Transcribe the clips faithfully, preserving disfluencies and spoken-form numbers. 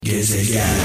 Gezegen.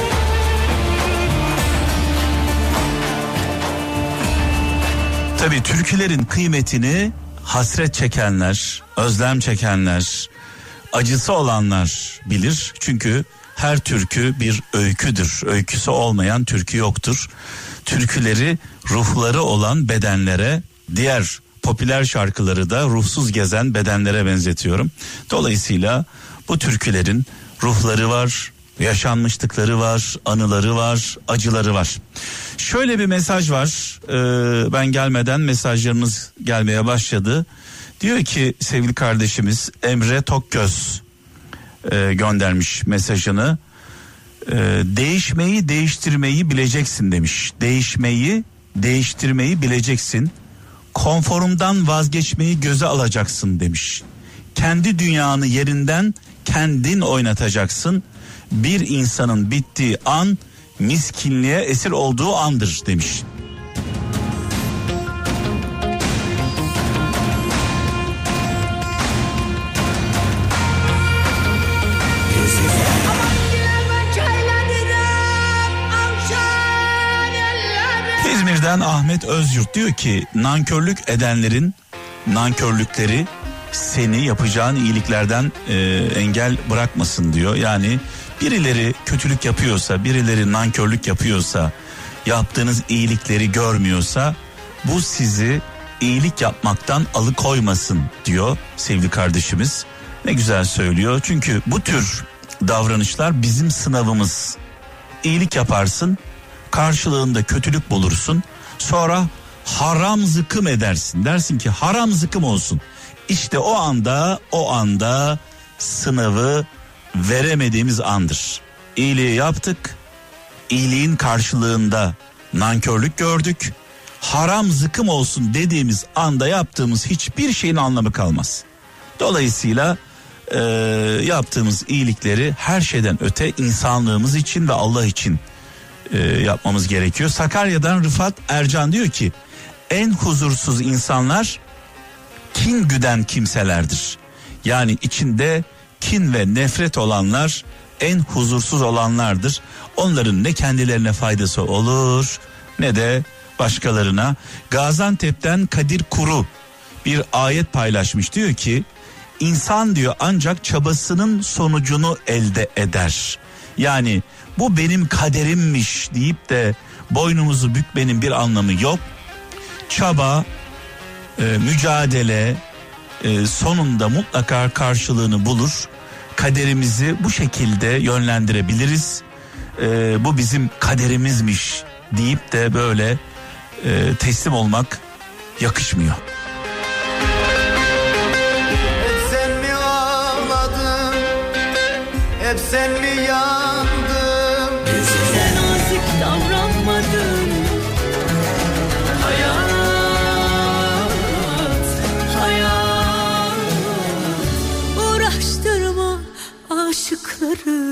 Tabii türkülerin kıymetini hasret çekenler, özlem çekenler, acısı olanlar bilir. Çünkü her türkü bir öyküdür. Öyküsü olmayan türkü yoktur. Türküleri ruhları olan bedenlere, diğer popüler şarkıları da ruhsuz gezen bedenlere benzetiyorum. Dolayısıyla bu türkülerin ruhları var, yaşanmışlıkları var, anıları var, acıları var. Şöyle bir mesaj var. Ee, ben gelmeden mesajlarınız gelmeye başladı. Diyor ki sevgili kardeşimiz Emre Tokgöz e, göndermiş mesajını. E, değişmeyi, değiştirmeyi bileceksin demiş. Değişmeyi, değiştirmeyi bileceksin. Konforumdan vazgeçmeyi göze alacaksın demiş. Kendi dünyanı yerinden kendin oynatacaksın. Bir insanın bittiği an miskinliğe esir olduğu andır demiş. İzmir'den Ahmet Özyurt diyor ki nankörlük edenlerin nankörlükleri seni yapacağın iyiliklerden e, engel bırakmasın diyor. Yani birileri kötülük yapıyorsa, birileri nankörlük yapıyorsa, yaptığınız iyilikleri görmüyorsa bu sizi iyilik yapmaktan alıkoymasın diyor sevgili kardeşimiz. Ne güzel söylüyor. Çünkü bu tür davranışlar bizim sınavımız. İyilik yaparsın, karşılığında kötülük bulursun. Sonra haram zıkkım edersin. Dersin ki haram zıkkım olsun. İşte o anda, o anda sınavı veremediğimiz andır. İyiliği yaptık, iyiliğin karşılığında nankörlük gördük. Haram zıkkım olsun dediğimiz anda yaptığımız hiçbir şeyin anlamı kalmaz. Dolayısıyla e, yaptığımız iyilikleri her şeyden öte insanlığımız için ve Allah için e, yapmamız gerekiyor. Sakarya'dan Rıfat Ercan diyor ki en huzursuz insanlar kin güden kimselerdir. Yani içinde kin ve nefret olanlar en huzursuz olanlardır. Onların ne kendilerine faydası olur ne de başkalarına. Gaziantep'ten Kadir Kuru bir ayet paylaşmış, diyor ki insan diyor ancak çabasının sonucunu elde eder. Yani bu benim kaderimmiş deyip de boynumuzu bükmenin bir anlamı yok. Çaba, e, mücadele e, sonunda mutlaka karşılığını bulur. Kaderimizi bu şekilde yönlendirebiliriz. E, bu bizim kaderimizmiş deyip de böyle e, teslim olmak yakışmıyor. Hep sen mi ağladın? Hep sen mi yandın? Sen nazik davranmadın. Hayat, hayat, uğraştırma aşıkları.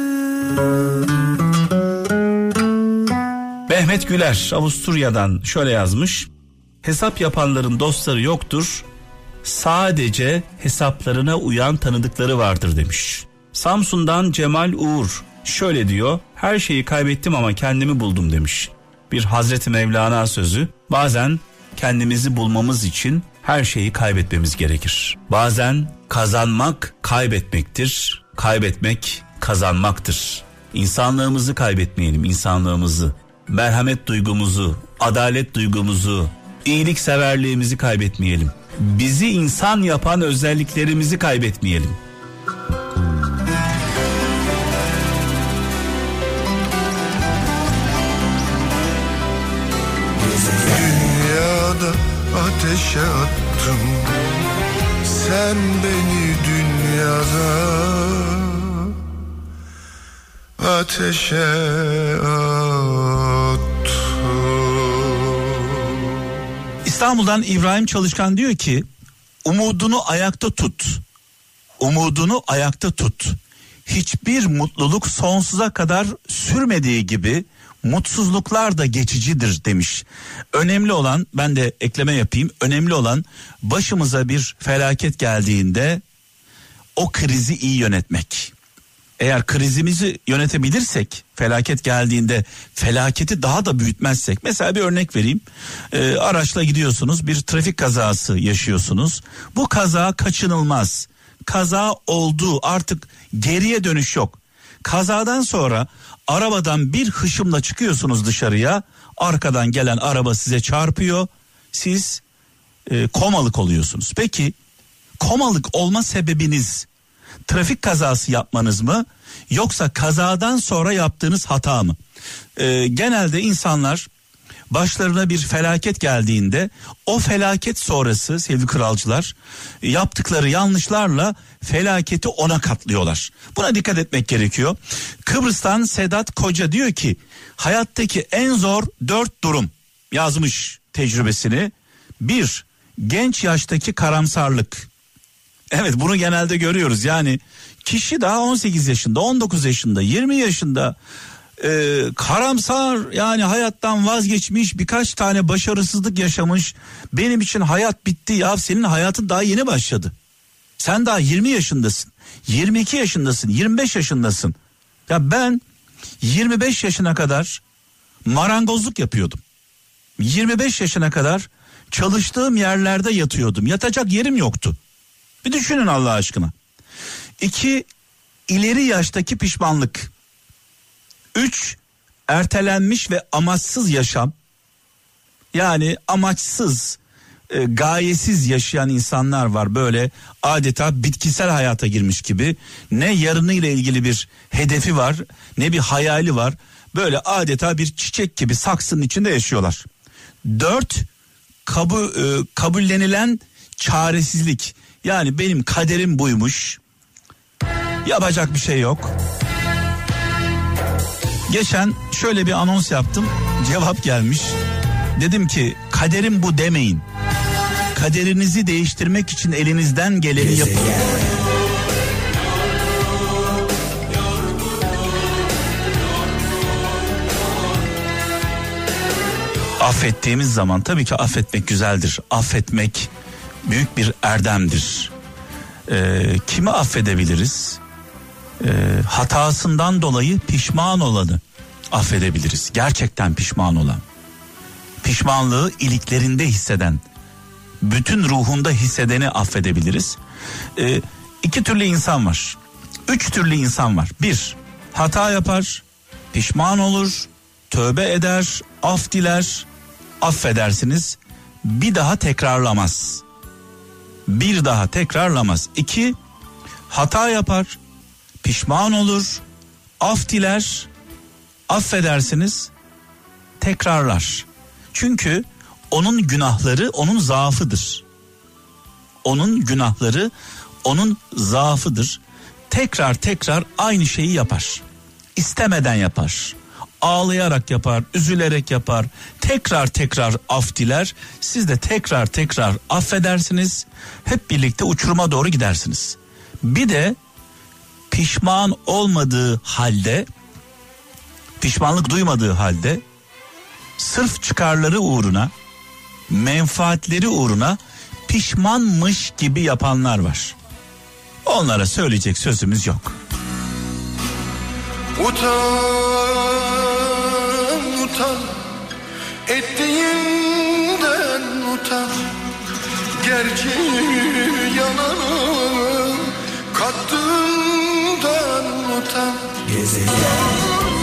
Mehmet Güler Avusturya'dan şöyle yazmış. Hesap yapanların dostları yoktur. Sadece hesaplarına uyan tanıdıkları vardır demiş. Samsun'dan Cemal Uğur şöyle diyor. Her şeyi kaybettim ama kendimi buldum demiş. Bir Hazreti Mevlana sözü. Bazen kendimizi bulmamız için her şeyi kaybetmemiz gerekir. Bazen kazanmak kaybetmektir. Kaybetmek kazanmaktır. İnsanlığımızı kaybetmeyelim, insanlığımızı. Merhamet duygumuzu, adalet duygumuzu, iyilikseverliğimizi kaybetmeyelim. Bizi insan yapan özelliklerimizi kaybetmeyelim. Dünyada ateşe attım, sen beni dünyada ateşe attın. İstanbul'dan İbrahim Çalışkan diyor ki umudunu ayakta tut. Umudunu ayakta tut. Hiçbir mutluluk sonsuza kadar sürmediği gibi mutsuzluklar da geçicidir demiş. Önemli olan, ben de ekleme yapayım, önemli olan başımıza bir felaket geldiğinde o krizi iyi yönetmek. eğer krizimizi yönetebilirsek, felaket geldiğinde felaketi daha da büyütmezsek, mesela bir örnek vereyim, ee, araçla gidiyorsunuz, bir trafik kazası yaşıyorsunuz, bu kaza kaçınılmaz, kaza oldu, artık geriye dönüş yok. Kazadan sonra arabadan bir hışımla çıkıyorsunuz dışarıya, arkadan gelen araba size çarpıyor, siz e, komalık oluyorsunuz. Peki komalık olma sebebiniz trafik kazası yapmanız mı, yoksa kazadan sonra yaptığınız hata mı? Ee, genelde insanlar başlarına bir felaket geldiğinde o felaket sonrası sevgili kralcılar yaptıkları yanlışlarla felaketi ona katlıyorlar. Buna dikkat etmek gerekiyor. Kıbrıs'tan Sedat Koca diyor ki hayattaki en zor dört durum, yazmış tecrübesini. Bir, genç yaştaki karamsarlık. Evet, bunu genelde görüyoruz. Yani kişi daha on sekiz yaşında, on dokuz yaşında, yirmi yaşında e, karamsar, yani hayattan vazgeçmiş, birkaç tane başarısızlık yaşamış. Benim için hayat bitti. Ya senin hayatın daha yeni başladı. Sen daha yirmi yaşındasın, yirmi iki yaşındasın, yirmi beş yaşındasın. Ya ben yirmi beş yaşına kadar marangozluk yapıyordum. yirmi beş yaşına kadar çalıştığım yerlerde yatıyordum. Yatacak yerim yoktu. Bir düşünün Allah aşkına. İki, ileri yaştaki pişmanlık. Üç, ertelenmiş ve amaçsız yaşam. Yani amaçsız, e, gayesiz yaşayan insanlar var. Böyle adeta bitkisel hayata girmiş gibi. Ne yarınıyla ilgili bir hedefi var, ne bir hayali var. Böyle adeta bir çiçek gibi saksının içinde yaşıyorlar. Dört, kabul, e, kabullenilen çaresizlik. Yani benim kaderim buymuş, yapacak bir şey yok. Geçen şöyle bir anons yaptım, cevap gelmiş. Dedim ki kaderim bu demeyin. Kaderinizi değiştirmek için elinizden geleni yapın. Affettiğimiz zaman tabii ki affetmek güzeldir. Affetmek büyük bir erdemdir. Ee, kimi affedebiliriz? Ee, hatasından dolayı pişman olanı affedebiliriz. Gerçekten pişman olan. Pişmanlığı iliklerinde hisseden, bütün ruhunda hissedeni affedebiliriz. Ee, iki türlü insan var. Üç türlü insan var. Bir, hata yapar, pişman olur, tövbe eder, af diler, affedersiniz. Bir daha tekrarlamaz. Bir daha tekrarlamaz. İki, hata yapar, pişman olur, af diler, affedersiniz, tekrarlar. Çünkü onun günahları onun zaafıdır. Onun günahları onun zaafıdır. Tekrar tekrar aynı şeyi yapar. İstemeden yapar. Ağlayarak yapar, üzülerek yapar. Tekrar tekrar af diler. Siz de tekrar tekrar affedersiniz. Hep birlikte uçuruma doğru gidersiniz. Bir de pişman olmadığı halde, pişmanlık duymadığı halde, sırf çıkarları uğruna, menfaatleri uğruna pişmanmış gibi yapanlar var. Onlara söyleyecek sözümüz yok. Utan, utan, ettiğinden utan, gerçeği yalanı kattığından utan. Gezegen.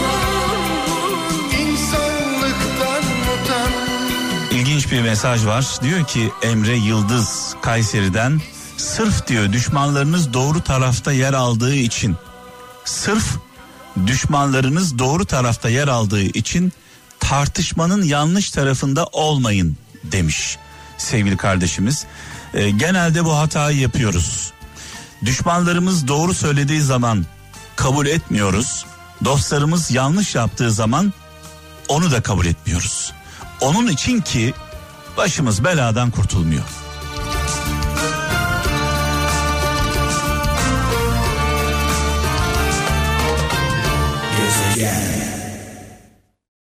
İnsanlıktan utan. İlginç bir mesaj var. Diyor ki Emre Yıldız Kayseri'den, sırf diyor düşmanlarınız doğru tarafta yer aldığı için, sırf düşmanlarınız doğru tarafta yer aldığı için tartışmanın yanlış tarafında olmayın demiş sevgili kardeşimiz. Ee, genelde bu hatayı yapıyoruz. Düşmanlarımız doğru söylediği zaman kabul etmiyoruz. Dostlarımız yanlış yaptığı zaman onu da kabul etmiyoruz. Onun için ki başımız beladan kurtulmuyor. Gezegen.